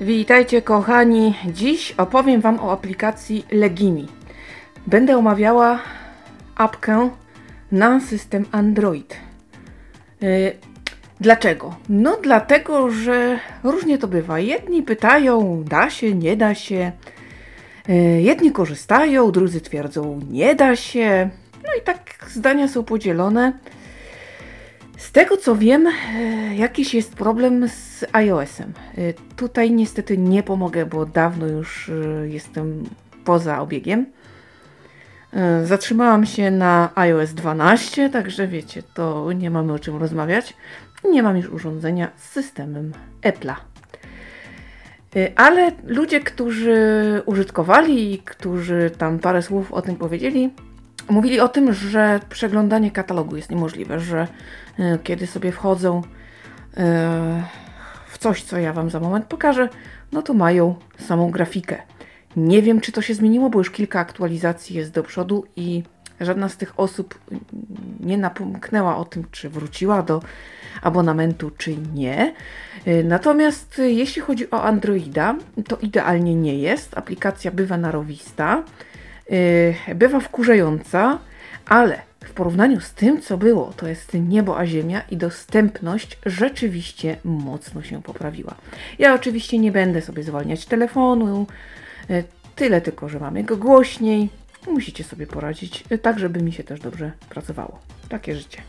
Witajcie kochani, dziś opowiem Wam o aplikacji Legimi. Będę omawiała apkę na system Android. Dlaczego? No dlatego, że różnie to bywa. Jedni pytają, da się, nie da się. Jedni korzystają, drudzy twierdzą, nie da się. No i tak zdania są podzielone. Z tego co wiem, jakiś jest problem z iOS-em. Tutaj niestety nie pomogę, bo dawno już jestem poza obiegiem. Zatrzymałam się na iOS 12, także wiecie, to nie mamy o czym rozmawiać. Nie mam już urządzenia z systemem Apple'a. Ale ludzie, którzy użytkowali i którzy tam parę słów o tym powiedzieli, mówili o tym, że przeglądanie katalogu jest niemożliwe, że kiedy sobie wchodzą w coś, co ja Wam za moment pokażę, no to mają samą grafikę. Nie wiem, czy to się zmieniło, bo już kilka aktualizacji jest do przodu i żadna z tych osób nie napomknęła o tym, czy wróciła do abonamentu, czy nie. Natomiast jeśli chodzi o Androida, to idealnie nie jest. Aplikacja bywa narowista, bywa wkurzająca, ale w porównaniu z tym, co było, to jest niebo a ziemia i dostępność rzeczywiście mocno się poprawiła. Ja oczywiście nie będę sobie zwalniać telefonu, tyle tylko, że mamy go głośniej. Musicie sobie poradzić, tak żeby mi się też dobrze pracowało. Takie życie.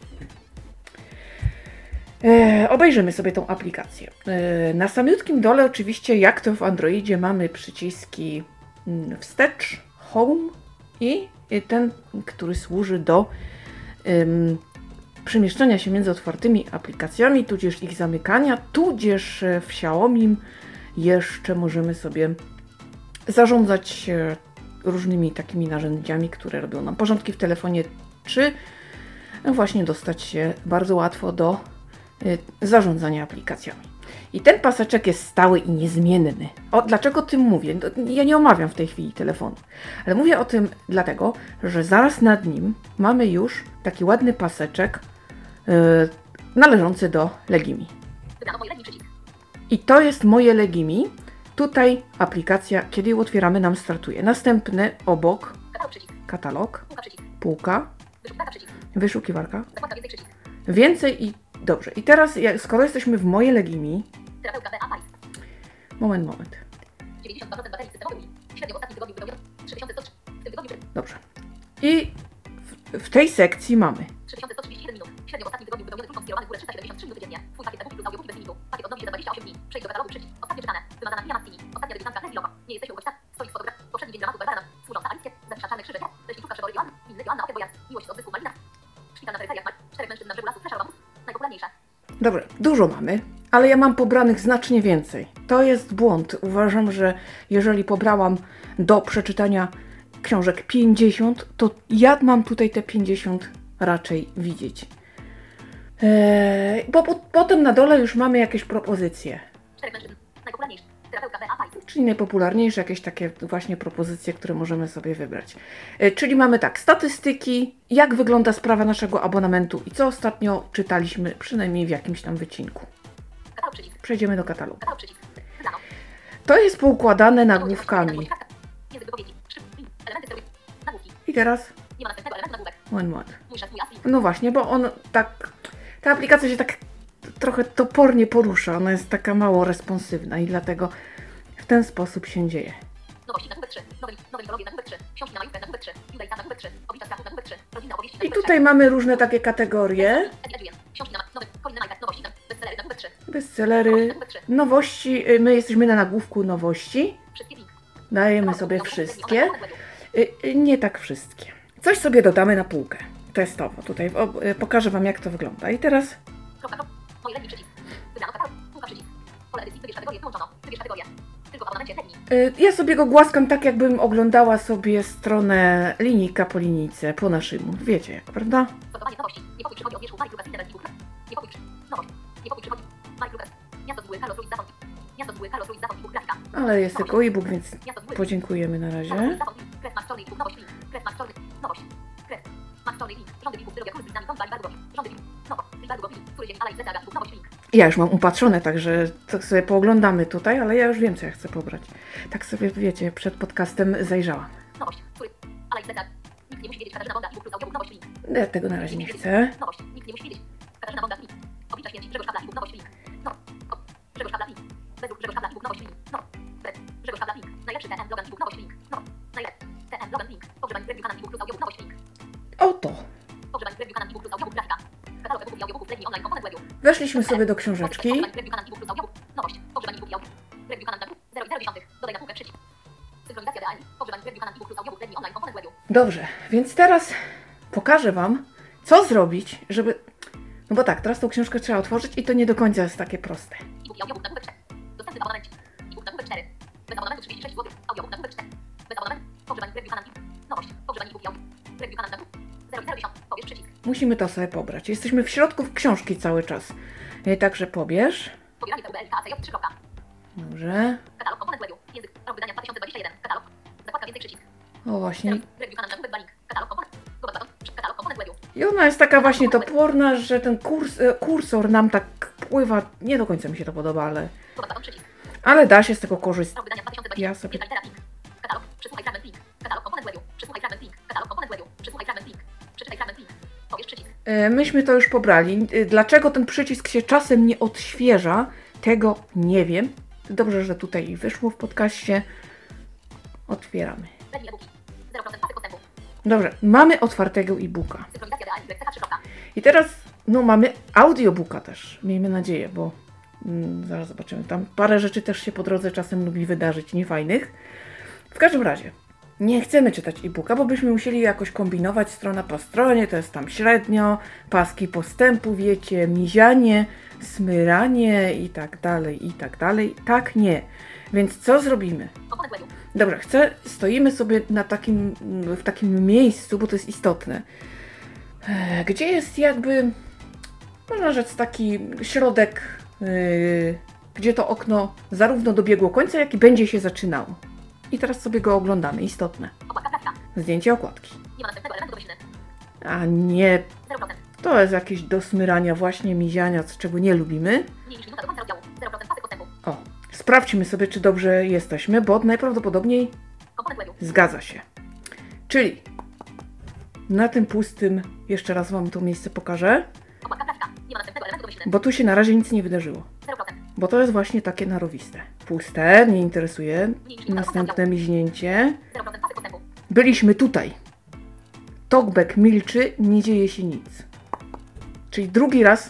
Obejrzymy sobie tą aplikację. Na samiutkim dole oczywiście, jak to w Androidzie, mamy przyciski wstecz, home i ten, który służy do przemieszczania się między otwartymi aplikacjami, tudzież ich zamykania, tudzież w Xiaomi jeszcze możemy sobie zarządzać różnymi takimi narzędziami, które robią nam porządki w telefonie, czy właśnie dostać się bardzo łatwo do zarządzania aplikacjami. I ten paseczek jest stały i niezmienny. Dlaczego o tym mówię? Ja nie omawiam w tej chwili telefonu, ale mówię o tym dlatego, że zaraz nad nim mamy już taki ładny paseczek należący do Legimi. I to jest moje Legimi. Tutaj aplikacja, kiedy ją otwieramy, nam startuje. Następny obok katalog, półka, wyszukiwarka, więcej i dobrze. I teraz, skoro jesteśmy w moje Legimi, moment. 92% baterii systemowej, średnio w ostatnim tygodniu wypełniono 3103, w tym tygodniu dobrze. I w tej sekcji mamy 3131 minut, średnio w ostatnim tygodniu wypełniony trójkąt skierowany w górę 373 minuty dziennie. Twój pakiet e-booków plus audiobook bez limitu. Pakiet odnowi się za 28 dni. Przejdź do katalogu przycisk. Ostatnio czytane. Wymazana Pia Massini. Ostatnia debiutantka Leslie Lopa. Nie jesteśmy ugościami. Stoik z fotograf. Poprzedni dzień dramatu Barbara. Służąca Alicję. Zapisza czarne krzyże. Leśniczówka Przebory Joanny. Inny Joanna Otek Bojan. Miłość z odzysku Malina. Szpital na peryferiach Mar. 4 mężczyzn na brzegu lasu. Flesza Robamus. Najpopularniejsze. Dobrze, dużo mamy, ale ja mam pobranych znacznie więcej. To jest błąd. Uważam, że jeżeli pobrałam do przeczytania książek 50, to ja mam tutaj te 50 raczej widzieć. Bo potem na dole już mamy jakieś propozycje. 4 mężczyzn. Najpopularniejsze. Terapeutka B.A. Pajs. Czyli najpopularniejsze jakieś takie właśnie propozycje, które możemy sobie wybrać. Czyli mamy tak, statystyki, jak wygląda sprawa naszego abonamentu i co ostatnio czytaliśmy, przynajmniej w jakimś tam wycinku. Katalog przycisk. Przejdziemy do katalogu. Katalog przycisk. Wybrano. To jest poukładane nagłówkami. Język wypowiedzi. Elementy steruj. Nagłówki. I teraz Nie ma następnego elementu nagłówek. moment. Mój szef, mój asli. No właśnie, bo on tak, ta aplikacja się tak trochę topornie porusza, ona jest taka mało responsywna i dlatego w ten sposób się dzieje. Nowości nagłówek 3. Nowe mitologie nagłówek 3. Książki na majówkę nagłówek 3. Judajca nagłówek 3. Oblicza skarbów nagłówek 3. Rodzinne opowieści I nagłówek 3. tutaj mamy różne takie kategorie. Książki na nowe, kolejne majka, nowości, bestsellery nagłówek 3. Bestsellery, nowości, my jesteśmy na nagłówku nowości. Wszystkie link. Dajemy sobie wszystkie. Nie tak wszystkie. Coś sobie dodamy na półkę testowo. Tutaj pokażę Wam, jak to wygląda. I teraz Moje Legimi przycisk. Wybrano katalog. Półka przycisk. Pole edycji. Wybierz kategorię. Wyłączono. Wybierz kategorię. Tylko w abonamencie Legimi. ja sobie go głaskam tak, jakbym oglądała sobie stronę linijka po linijce, po naszemu. Wiecie jak, prawda? Sortowanie nowości. Niepokój przychodzi od wierzchu Mike Lucas Internet e-book. Niepokój nowość. Niepokój przychodzi Mike Lucas. Miasto z mgły Carlos Ruiz Zafon. Miasto z mgły Carlos Ruiz Zafon e-book grafika. Ale jest tylko e-book, więc podziękujemy na razie. Krew Max Storny e-book. Nowość link. Krew Max Storny. Nowość. Krew Max Storny link. Rządy e-book. Wyrobia kurs z linkami. Kąt Bali Bardugowi. Rządy e-book. Nowo. Bardugowi. Który dzień Ala i Zeta e-book. Nowość link. Ja już mam upatrzone, także tak sobie pooglądamy tutaj, ale ja już wiem, co ja chcę pobrać. Tak sobie, wiecie, przed podcastem zajrzałam. Nowość. Który? Alej Cezar. Nikt nie musi wiedzieć. Katarzyna Bonda. E-book plus audiobook. Nowość. Link. Ja tego na razie nie chcę. Nowość. Nikt nie musi wiedzieć. Katarzyna Bonda. Link. Oblicza śmierci. Grzegorz Kabla. E-book. Nowość. Link. No. Grzegorz Kabla. Link. Bezruk. Grzegorz Kabla. E-book. Nowość. Link. No. Grzegorz Kabla. Link. Najlepszy TM. Logan. E-book. Nowość. Link. No. Najlepszy TM. Logan. Link. Pogrzebanie Greg Buchanan. E-book plus audiobook. Nowość. Link. Oto. Pogrzebanie Greg Buchanan. E-book plus audiobook. Grafika. Katalog e-booków i audiobooków. Legi online. Komponent webu. Weszliśmy sobie do książeczki. Pogrzebanie Greg Buchanan. E-book plus audiobook. Nowość. Pogrzebanie e-book i audiobook. Greg Buchanan. 0,0. Dodaj na półkę przycisk. Synchronizacja realnie. Pogrzebanie Greg Buchanan. E-book plus audiobook. Legi online. Komponent webu. Dobrze, więc teraz pokażę Wam, co zrobić, żeby... No bo tak, teraz tą książkę trzeba otworzyć i to nie do końca jest takie proste. E-book i audiobook na półkę 4. Dostępny w abonamencie. E-book na półkę 4. Bez abonamentu 36 zł. Audiobook na półkę 4. Bez abonamentu. Pogrzebanie Greg Buchanan. Nowość. Pogrzebanie e-book i audiobook. Greg Buchanan na pół. 0,0. Pobierz przycisk. Musimy to sobie pobrać. Jesteśmy w środku książki cały czas. Także pobierz. Pobieranie PUBL KACJ 3. Dobrze. Katalog komponent webu. Język. Rok wydania 2021. Katalog. Zakładka więcej przycisk. O właśnie. Greg Buchanan na półkę 2 link. Katalog komponent. Gobat baton. Katalog komponent webu. I ona jest taka właśnie toporna, że ten kursor nam tak pływa. Nie do końca mi się to podoba, Gobat baton przycisk. ale da się z tego korzystać. Rok wydania 2020. Ja sobie... Litera link. Katalog. Przesłuchaj fragment link. Katalog komponent webu. Przesłuchaj fragment link. Katalog komponent webu. Przesłuchaj fragment link. Przeczytaj fragment link. Pobierz przycisk. Myśmy to już pobrali. Dlaczego ten przycisk się czasem nie odświeża, tego nie wiem. Dobrze, że tutaj wyszło w podcaście. Otwieramy. Legi e-booki. 0% pasek postępu. Dobrze, mamy otwartego e-booka. Synchronizacja realnie. CH 3. I teraz, no mamy audiobooka też, miejmy nadzieję, bo zaraz zobaczymy. Tam parę rzeczy też się po drodze czasem lubi wydarzyć, niefajnych. W każdym razie, nie chcemy czytać e-booka, bo byśmy musieli jakoś kombinować strona po stronie, to jest tam średnio, paski postępu, wiecie, mizianie, smyranie i tak dalej, i tak dalej. Tak nie. Więc co zrobimy? Komponent webu. Dobra, stoimy sobie w takim miejscu, bo to jest istotne, gdzie jest jakby, można rzec, taki środek, gdzie to okno zarówno dobiegło końca, jak i będzie się zaczynało. I teraz sobie go oglądamy, istotne. Okładka grafika. Zdjęcie okładki. Nie ma następnego elementu domyślny. A nie, 0%. to jest jakieś do smyrania właśnie, miziania, czego nie lubimy. Mniej niż minuta do końca rozdziału. 0% pasek postępu. O, sprawdźmy sobie, czy dobrze jesteśmy, bo najprawdopodobniej Komponent webu. zgadza się. Czyli na tym pustym, jeszcze raz Wam to miejsce pokażę, Okładka grafika. Nie ma następnego elementu domyślny. bo tu się na razie nic nie wydarzyło. 0%. Bo to jest właśnie takie narowiste. Puste, nie interesuje. Mniej niż minuta do końca Następne miźnięcie. 0% pasek postępu. Byliśmy tutaj. Talkback milczy, nie dzieje się nic. Czyli drugi raz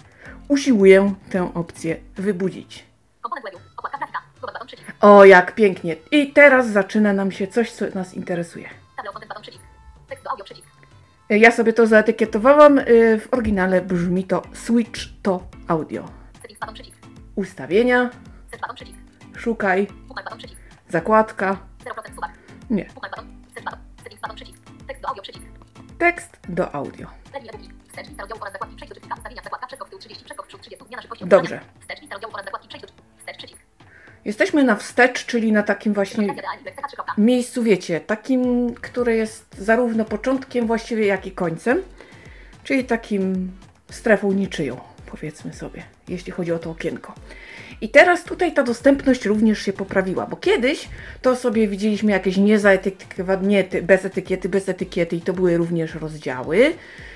usiłuję tę opcję wybudzić. Komponent webu. Okładka grafika. Gobat baton przycisk. O, jak pięknie. I teraz zaczyna nam się coś, co nas interesuje. Tableau content baton przycisk. Tekst do audio przycisk. Ja sobie to zaetykietowałam. W oryginale brzmi to Switch to audio. Settings baton przycisk. Ustawienia, Set baton przycisk. szukaj, Bookmark baton przycisk. zakładka. 0% suwak. Nie, Bookmark baton. Set baton. Settings baton przycisk. Tekst do audio przycisk. tekst do audio. Legi e-booki. Wstecz lista rozdziału oraz zakładki. Przejdź do czytnika. Ustawienia. Zakładka. Przeskok w tył 30. Przeskok w przód 30. Zmiana szybkości. Dobrze. Wstecz lista rozdziału oraz zakładki. Przejdź do wstecz przycisk. Jesteśmy na wstecz, czyli na takim właśnie Synchronizacja realnie. CH 3. miejscu, wiecie, takim, które jest zarówno początkiem właściwie, jak i końcem. Czyli takim strefą niczyją, powiedzmy sobie, jeśli chodzi o to okienko. I teraz tutaj ta dostępność również się poprawiła, bo kiedyś to sobie widzieliśmy jakieś bez etykiety i to były również rozdziały.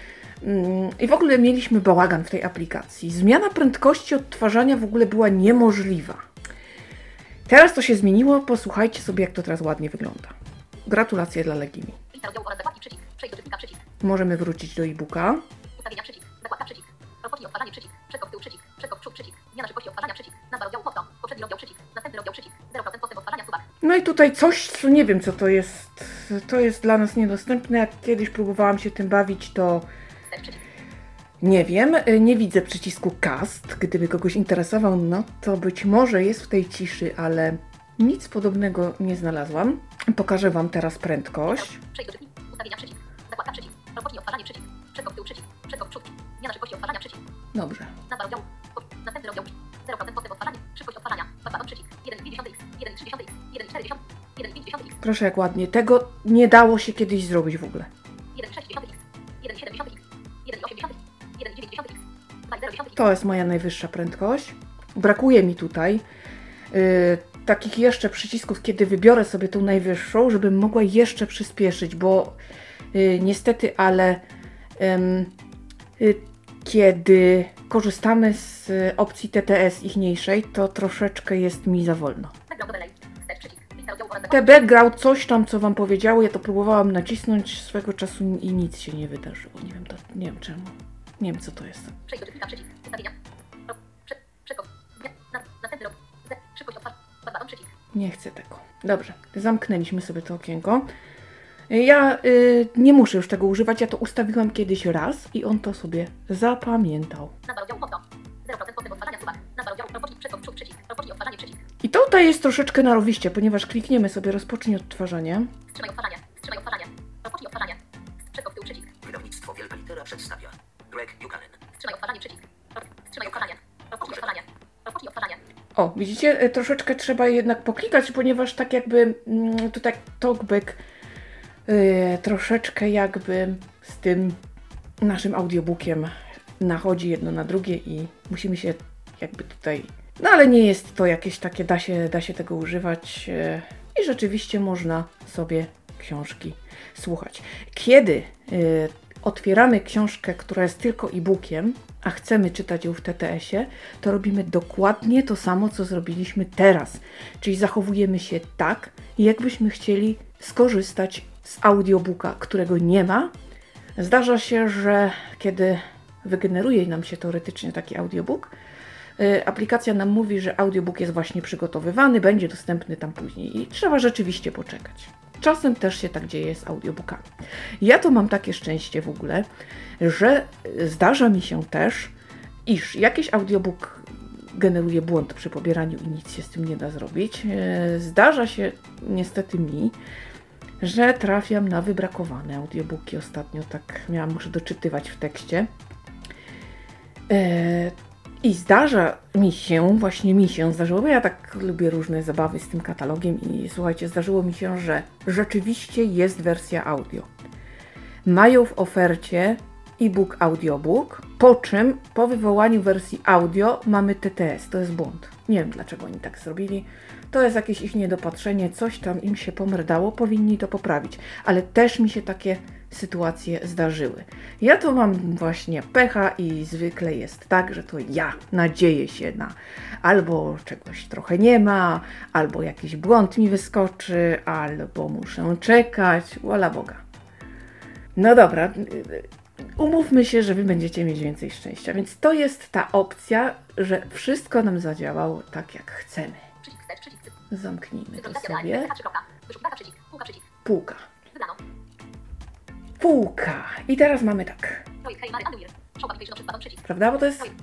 I w ogóle mieliśmy bałagan w tej aplikacji. Zmiana prędkości odtwarzania w ogóle była niemożliwa. Teraz to się zmieniło, posłuchajcie sobie, jak to teraz ładnie wygląda. Gratulacje dla Legimi. Lista rozdziału oraz zakładki. Przycisk. Przejdź do czytnika. Przycisk. Możemy wrócić do e-booka. Ustawienia przycisk. Zakładka przycisk. Rozpocznij odtwarzanie przycisk. Przeskok w tył przycisk. Przeskok w przód przycisk. Zmiana szybkości odtwarzania przycisk. Nazwa rozdziału motto. Poprzedni rozdział przycisk. Następny rozdział przycisk. 0% postęp odtwarzania suwak. No i tutaj coś, co nie wiem, co to jest. To jest dla nas niedostępne. Jak kiedyś próbowałam się tym bawić, to Wstecz przycisk. nie wiem. Nie widzę przycisku cast. Gdyby kogoś interesował, no to być może jest w tej ciszy, ale nic podobnego nie znalazłam. Pokażę Wam teraz prędkość. Przejdź do czytnika. Ustawienia przycisk. Zakładka przycisk. Rozpocznij odtwarzanie przycisk. Przeskok w tył przycisk. Przeskok w przód. Zmiana szybkości odtwarzania przycisk. Dobrze. Nazwa rozdziału. Następny rozdział. 0% postęp odtwarzania. Szybkość odtwarzania. Baton przycisk. 1,2x. 1,3x. 1,4x. 1,5x. Proszę jak ładnie. Tego nie dało się kiedyś zrobić w ogóle. 1,6x. 1,7x. 1,8x. 1,9x. 2,0x. To jest moja najwyższa prędkość. Brakuje mi tutaj takich jeszcze przycisków, kiedy wybiorę sobie tą najwyższą, żebym mogła jeszcze przyspieszyć, bo niestety, ale kiedy korzystamy z opcji TTS ichniejszej, to troszeczkę jest mi za wolno. Te background, coś tam, co Wam powiedziało, ja to próbowałam nacisnąć swego czasu i nic się nie wydarzyło. Nie wiem czemu. Nie wiem, co to jest. Nie chcę tego. Dobrze, zamknęliśmy sobie to okienko. Ja nie muszę już tego używać, ja to ustawiłam kiedyś raz i on to sobie zapamiętał. I tutaj jest troszeczkę narowiście, ponieważ klikniemy sobie rozpocznij odtwarzanie. Wstrzymaj odtwarzanie. Wstrzymaj odtwarzanie. Rozpocznij odtwarzanie. Przeskok w tył przycisk. Wydawnictwo Wielka Litera przedstawia Greg Buchanan. Wstrzymaj odtwarzanie przycisk. Wstrzymaj odtwarzanie. Rozpocznij odtwarzanie. Rozpocznij odtwarzanie. O, widzicie, troszeczkę trzeba jednak poklikać, ponieważ tak jakby tutaj talkback troszeczkę jakby z tym naszym audiobookiem nachodzi jedno na drugie i musimy się jakby tutaj... No ale nie jest to jakieś takie, da się tego używać i rzeczywiście można sobie książki słuchać. Kiedy otwieramy książkę, która jest tylko e-bookiem, a chcemy czytać ją w TTS-ie, to robimy dokładnie to samo, co zrobiliśmy teraz. Czyli zachowujemy się tak, jakbyśmy chcieli skorzystać z audiobooka, którego nie ma. Zdarza się, że kiedy wygeneruje nam się teoretycznie taki audiobook, aplikacja nam mówi, że audiobook jest właśnie przygotowywany, będzie dostępny tam później i trzeba rzeczywiście poczekać. Czasem też się tak dzieje z audiobookami. Ja to mam takie szczęście w ogóle, że zdarza mi się też, iż jakiś audiobook generuje błąd przy pobieraniu i nic się z tym nie da zrobić. Zdarza się niestety mi, że trafiam na wybrakowane audiobooki. Ostatnio tak miałam, muszę doczytywać w tekście. I zdarza mi się, zdarzyło, bo ja tak lubię różne zabawy z tym katalogiem i słuchajcie, zdarzyło mi się, że rzeczywiście jest wersja audio. Mają w ofercie e-book, audiobook, po czym po wywołaniu wersji audio mamy TTS. To jest błąd. Nie wiem, dlaczego oni tak zrobili. To jest jakieś ich niedopatrzenie, coś tam im się pomrdało, powinni to poprawić. Ale też mi się takie sytuacje zdarzyły. Ja to mam właśnie pecha i zwykle jest tak, że to ja nadzieję się na albo czegoś trochę nie ma, albo jakiś błąd mi wyskoczy, albo muszę czekać, wola Boga. No dobra, umówmy się, że Wy będziecie mieć więcej szczęścia, więc to jest ta opcja, że wszystko nam zadziałało tak, jak chcemy. Zamknijmy to sobie. Półka. Półka. I teraz mamy tak. Prawda? Bo to jest...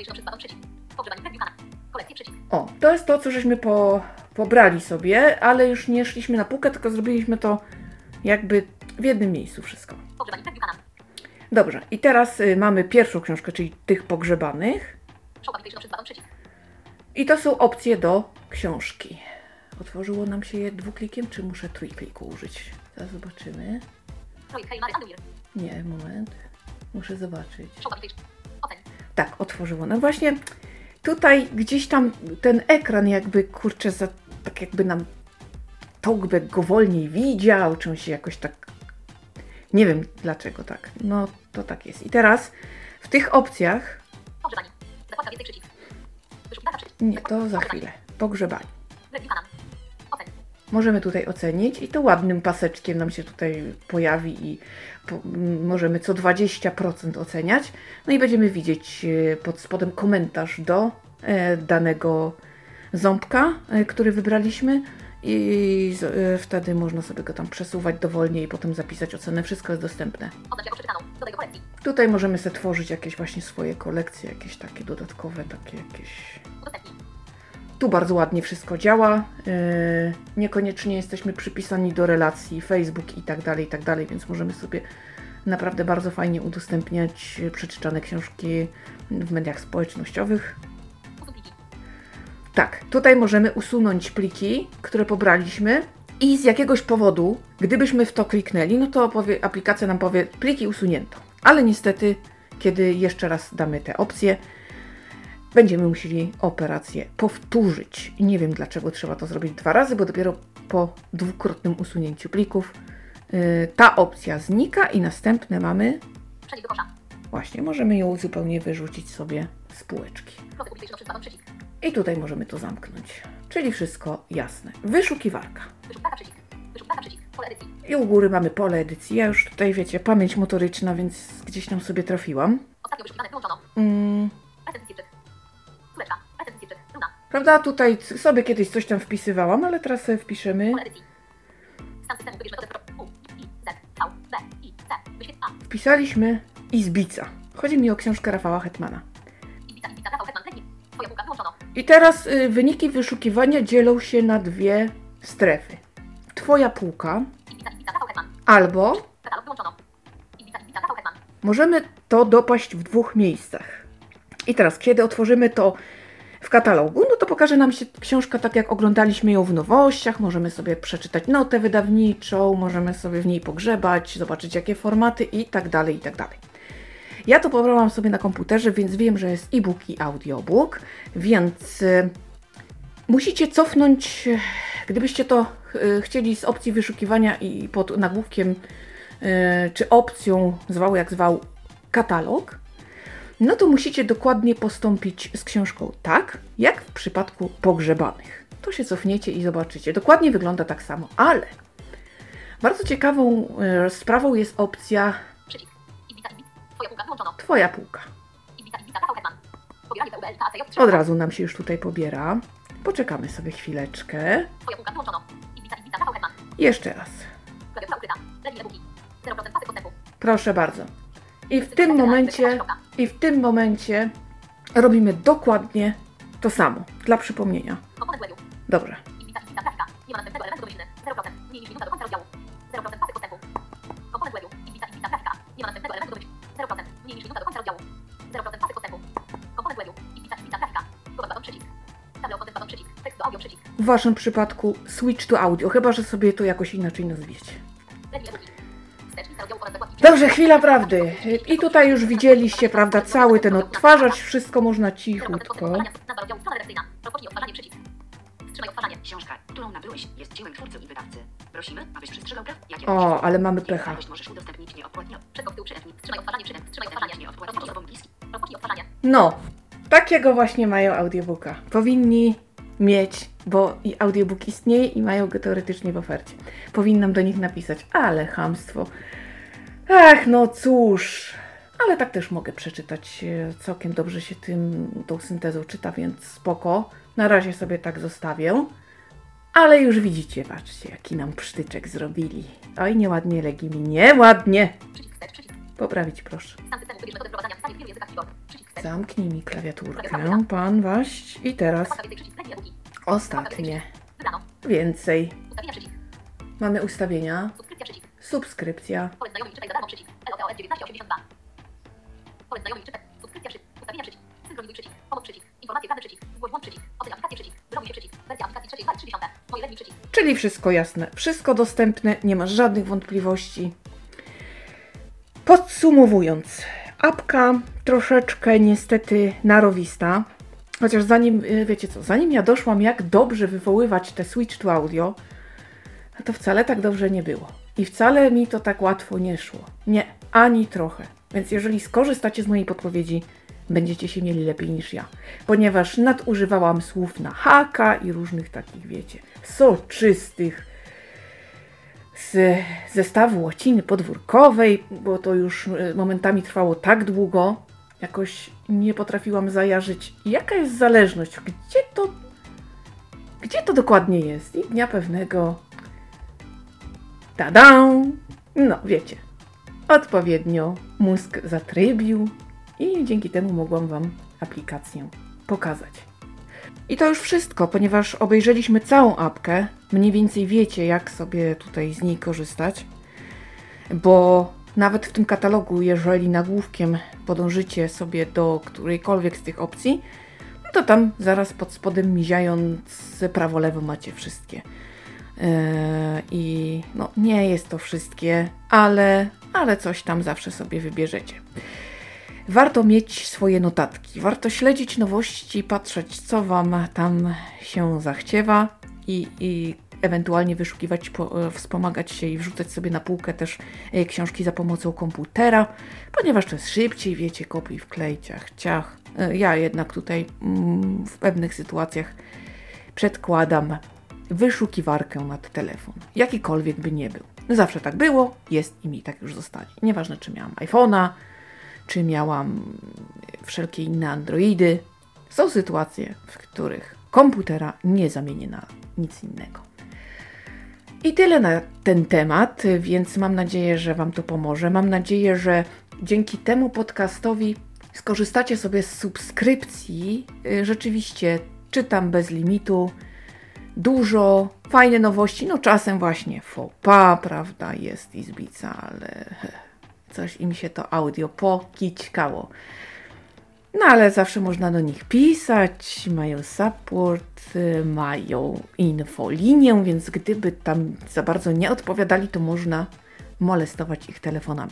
O, to jest to, co żeśmy pobrali sobie, ale już nie szliśmy na półkę, tylko zrobiliśmy to jakby w jednym miejscu wszystko. Dobrze. I teraz mamy pierwszą książkę, czyli tych pogrzebanych. I to są opcje do książki. Otworzyło nam się je dwuklikiem, czy muszę trójkliku użyć? Zaraz zobaczymy. Nie, moment. Muszę zobaczyć. Tak, otworzyło. No właśnie tutaj gdzieś tam ten ekran jakby, kurczę, tak jakby nam talkback go wolniej widział, czy on się jakoś tak... Nie wiem dlaczego tak. No to tak jest. I teraz w tych opcjach... Nie, to za chwilę. Pogrzebanie. Możemy tutaj ocenić i to ładnym paseczkiem nam się tutaj pojawi i możemy co 20% oceniać. No i będziemy widzieć pod spodem komentarz do danego ząbka, który wybraliśmy i wtedy można sobie go tam przesuwać dowolnie i potem zapisać ocenę. Wszystko jest dostępne. Tutaj możemy sobie tworzyć jakieś właśnie swoje kolekcje, jakieś takie dodatkowe, takie jakieś... Tu bardzo ładnie wszystko działa. Niekoniecznie jesteśmy przypisani do relacji Facebook i tak dalej, więc możemy sobie naprawdę bardzo fajnie udostępniać przeczytane książki w mediach społecznościowych. Tak, tutaj możemy usunąć pliki, które pobraliśmy i z jakiegoś powodu, gdybyśmy w to kliknęli, no to aplikacja nam powie, pliki usunięto. Ale niestety, kiedy jeszcze raz damy te opcje, będziemy musieli operację powtórzyć. I nie wiem, dlaczego trzeba to zrobić 2 razy, bo dopiero po dwukrotnym usunięciu plików ta opcja znika i następne mamy. Przenieść do kosza. Właśnie, możemy ją zupełnie wyrzucić sobie z półeczki. Prosy użyć jeszcze przycisk. Przycisk. I tutaj możemy to zamknąć. Czyli wszystko jasne. Wyszukiwarka. Wyszukiwarka przycisk. Wyszukiwarka przycisk. Pole edycji. I u góry mamy pole edycji. Ja już tutaj, wiecie, pamięć motoryczna, więc gdzieś tam sobie trafiłam. Ostatnio wyszukiwane wyłączono. Edycji czyk. Suleczka. Edycji czyk. Runa. Prawda, tutaj sobie kiedyś coś tam wpisywałam, ale teraz sobie wpiszemy. Pole edycji. Stan systemu wybierz metodę U, I, Z, V, B, I, C. Wyświetl A. Wpisaliśmy Izbica. Chodzi mi o książkę Rafała Hetmana. Izbica, Rafał Hetman, kliknij. Twoja półka wyłączono. I teraz wyniki wyszukiwania dzielą się na 2 strefy. Twoja półka Izbica, Rafał Hetman. albo Katalog wyłączono. Izbica, Rafał Hetman. możemy to dopaść w 2 miejscach. I teraz, kiedy otworzymy to w katalogu, no to pokaże nam się książka tak, jak oglądaliśmy ją w nowościach. Możemy sobie przeczytać notę wydawniczą, możemy sobie w niej pogrzebać, zobaczyć jakie formaty i tak dalej, i tak dalej. Ja to pobrałam sobie na komputerze, więc wiem, że jest e-book i audiobook, więc musicie cofnąć, gdybyście to chcieli z opcji wyszukiwania i pod nagłówkiem czy opcją, zwał jak zwał, katalog, no to musicie dokładnie postąpić z książką tak, jak w przypadku pogrzebanych. To się cofniecie i zobaczycie. Dokładnie wygląda tak samo, ale bardzo ciekawą sprawą jest opcja Przycisk. Izbica, Twoja półka wyłączono. Twoja półka. Izbica, Rafał Hetman. Pobieranie PUBL, KACJ. Od razu nam się już tutaj pobiera. Poczekamy sobie chwileczkę. Twoja półka wyłączono. Izbica, Rafał Hetman. jeszcze raz. Klawiatura ukryta. Lewij e-booki. 0% pasy postępu. Proszę bardzo. I w tym momencie robimy dokładnie to samo. Dla przypomnienia. Komponent webu. Dobrze. Izbica, grafika. Nie ma następnego elementu domyślny. 0%. Mniej niż minuta do końca rozdziału. 0% pasy postępu. Komponent webu. Izbica, grafika. Nie ma następnego elementu domyślny. 0%. Mniej niż minuta do końca rozdziału. 0% pasy postępu. Komponent webu. Izbica, grafika. Dodaj baton przycisk. Tableau kontent baton przycisk. Tekst do audio przycisk. W waszym przypadku switch to audio, chyba że sobie to jakoś inaczej nazwiecie. Lewij e-booki. Wstecz lista rozdziału oraz zakładki. Dobrze, chwila prawdy. I tutaj już widzieliście, prawda, cały ten odtwarzacz, wszystko można cichutko. Nazwa rozdziału, strona redakcyjna. Rozpocznij odtwarzanie przycisk. Wstrzymaj odtwarzanie. Książka, którą nabyłeś, jest dziełem twórcy i wydawcy. Prosimy, abyś przestrzegał praw, jakie O, ale mamy pecha. możesz udostępnić nieopłatnie. Wszystko w tył przyetnij. Wstrzymaj odtwarzanie przytem. Wstrzymaj odtwarzanie. Nieodpłatnie osobom bliskim. Rozpocznij odtwarzanie. No, takiego właśnie mają audiobooka. Powinni mieć, bo i audiobook istnieje i mają go teoretycznie w ofercie. Powinnam do nich napisać, ale chamstwo. Ach, no cóż. Ale tak też mogę przeczytać. Całkiem dobrze się tą syntezą czyta, więc spoko. Na razie sobie tak zostawię. Ale już widzicie, patrzcie, jaki nam psztyczek zrobili. Oj, nieładnie, Legimi, nieładnie. Przycisk wstecz, przycisk. Poprawić proszę. Stan systemu wybierz metodę wprowadzania pisania w wielu językach keyboard. Przycisk wstecz. Zamknij mi klawiaturkę, pan waść. I teraz Zakładka więcej przycisk. Lewij e-booki. ostatnie. Wybrano. Więcej. Ustawienia przycisk. Mamy ustawienia. Subskrypcja przycisk. Subskrypcja. Polec znajomi czytaj za darmo przycisk. LOTOS 1982. Polec znajomi czytaj. Subskrypcja przycisk. Ustawienia przycisk. Synchronizuj przycisk. Pomoc przycisk. Informacje prawne przycisk. Zgłoś błąd przycisk. Oceń aplikację przycisk. Wyloguj się przycisk. Wersja aplikacji trzeciej 2.3. Moje lewni przycisk. Czyli wszystko jasne. Wszystko dostępne. Nie ma żadnych wątpliwości. Podsumowując. Apka troszeczkę niestety narowista. Chociaż zanim, wiecie co, zanim ja doszłam, jak dobrze wywoływać te switch to audio, to wcale tak dobrze nie było. I wcale mi to tak łatwo nie szło. Nie, ani trochę. Więc jeżeli skorzystacie z mojej podpowiedzi, będziecie się mieli lepiej niż ja. Ponieważ nadużywałam słów na haka i różnych takich, wiecie, soczystych z zestawu łaciny podwórkowej, bo to już momentami trwało tak długo, jakoś nie potrafiłam zajarzyć, jaka jest zależność, gdzie to dokładnie jest. I dnia pewnego tada! No, wiecie, odpowiednio mózg zatrybił i dzięki temu mogłam Wam aplikację pokazać. I to już wszystko, ponieważ obejrzeliśmy całą apkę. Mniej więcej wiecie, jak sobie tutaj z niej korzystać, bo nawet w tym katalogu, jeżeli nagłówkiem podążycie sobie do którejkolwiek z tych opcji, no to tam zaraz pod spodem miziając prawo-lewo macie wszystkie. I no, nie jest to wszystkie, ale coś tam zawsze sobie wybierzecie. warto mieć swoje notatki, warto śledzić nowości, patrzeć, co Wam tam się zachciewa i ewentualnie wyszukiwać, wspomagać się i wrzucać sobie na półkę też książki za pomocą komputera, ponieważ to jest szybciej, wiecie, kopiuj, wklej, ciach. Ja jednak tutaj w pewnych sytuacjach przedkładam wyszukiwarkę nad telefon, jakikolwiek by nie był. Zawsze tak było, jest i mi tak już zostanie. Nieważne, czy miałam iPhone'a, czy miałam wszelkie inne Androidy. Są sytuacje, w których komputera nie zamienię na nic innego. I tyle na ten temat, więc mam nadzieję, że Wam to pomoże. Mam nadzieję, że dzięki temu podcastowi skorzystacie sobie z subskrypcji. Rzeczywiście czytam bez limitu. Dużo, fajne nowości, no czasem właśnie faux pas, prawda, jest izbica, ale coś im się to audio pokićkało. No ale zawsze można do nich pisać, mają support, mają infolinię, więc gdyby tam za bardzo nie odpowiadali, to można molestować ich telefonami.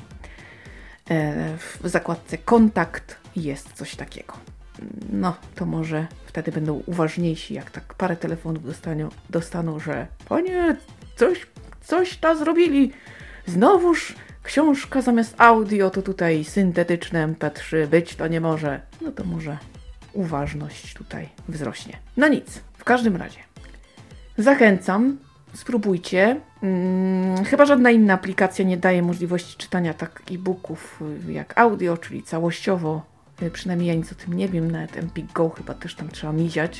W zakładce kontakt jest coś takiego. No, to może wtedy będą uważniejsi, jak tak parę telefonów dostaną, że panie, coś tam zrobili, znowuż książka zamiast audio, to tutaj syntetyczne MP3 być to nie może. No to może uważność tutaj wzrośnie. No nic, w każdym razie zachęcam, spróbujcie. Chyba żadna inna aplikacja nie daje możliwości czytania tak e-booków jak audio, czyli całościowo. Przynajmniej ja nic o tym nie wiem, nawet Empik Go chyba też tam trzeba miziać.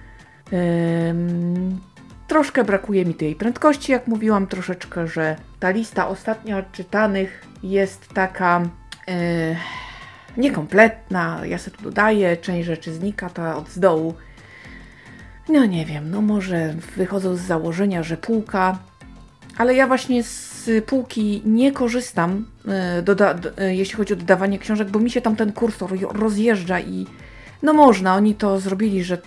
Troszkę brakuje mi tej prędkości, jak mówiłam, troszeczkę, że ta lista ostatnio odczytanych jest taka niekompletna. Ja sobie tu dodaję, część rzeczy znika, ta od dołu. No nie wiem, no może wychodzą z założenia, że półka, ale ja właśnie z półki nie korzystam, jeśli chodzi o dodawanie książek, bo mi się tam ten kursor rozjeżdża i no można, oni to zrobili, że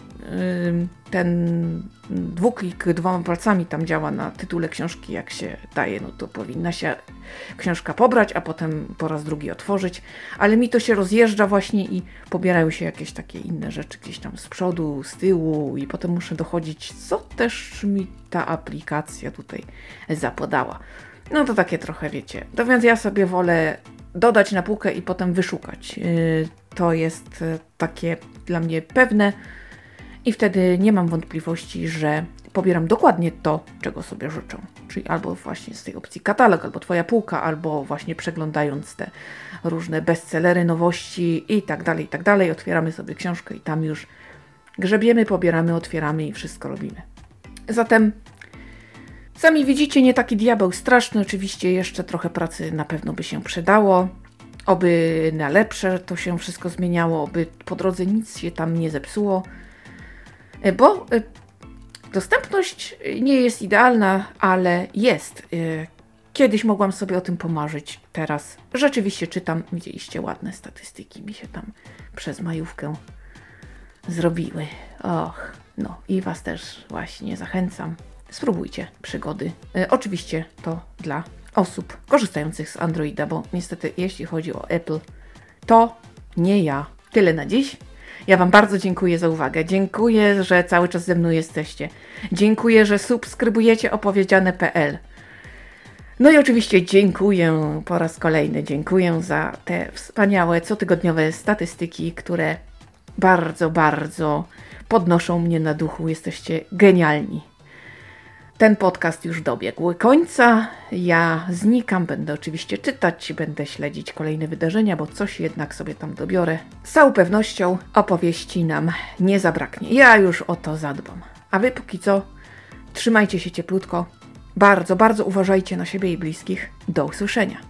ten dwuklik 2 palcami tam działa na tytule książki, jak się daje, no to powinna się książka pobrać, a potem po raz drugi otworzyć, ale mi to się rozjeżdża właśnie i pobierają się jakieś takie inne rzeczy gdzieś tam z przodu, z tyłu i potem muszę dochodzić, co też mi ta aplikacja tutaj zapodała. No to takie trochę, wiecie, to więc ja sobie wolę dodać na półkę i potem wyszukać. To jest takie dla mnie pewne i wtedy nie mam wątpliwości, że pobieram dokładnie to, czego sobie życzę. Czyli albo właśnie z tej opcji katalog, albo Twoja półka, albo właśnie przeglądając te różne bestsellery, nowości i tak dalej, otwieramy sobie książkę i tam już grzebiemy, pobieramy, otwieramy i wszystko robimy. Zatem sami widzicie, nie taki diabeł straszny, oczywiście jeszcze trochę pracy na pewno by się przydało. Oby na lepsze to się wszystko zmieniało, oby po drodze nic się tam nie zepsuło, bo dostępność nie jest idealna, ale jest. Kiedyś mogłam sobie o tym pomarzyć, teraz rzeczywiście czytam, widzieliście ładne statystyki, mi się tam przez majówkę zrobiły. Och, no i Was też właśnie zachęcam. Spróbujcie przygody. Oczywiście to dla osób korzystających z Androida, bo niestety jeśli chodzi o Apple, to nie ja. Tyle na dziś. Ja Wam bardzo dziękuję za uwagę. Dziękuję, że cały czas ze mną jesteście. Dziękuję, że subskrybujecie opowiedziane.pl. No i oczywiście dziękuję po raz kolejny. Dziękuję za te wspaniałe, cotygodniowe statystyki, które bardzo, bardzo podnoszą mnie na duchu. Jesteście genialni. Ten podcast już dobiegł końca. Ja znikam, będę oczywiście czytać, będę śledzić kolejne wydarzenia, bo coś jednak sobie tam dobiorę. Z całą pewnością opowieści nam nie zabraknie. Ja już o to zadbam. A Wy póki co trzymajcie się cieplutko. Bardzo, bardzo uważajcie na siebie i bliskich. Do usłyszenia.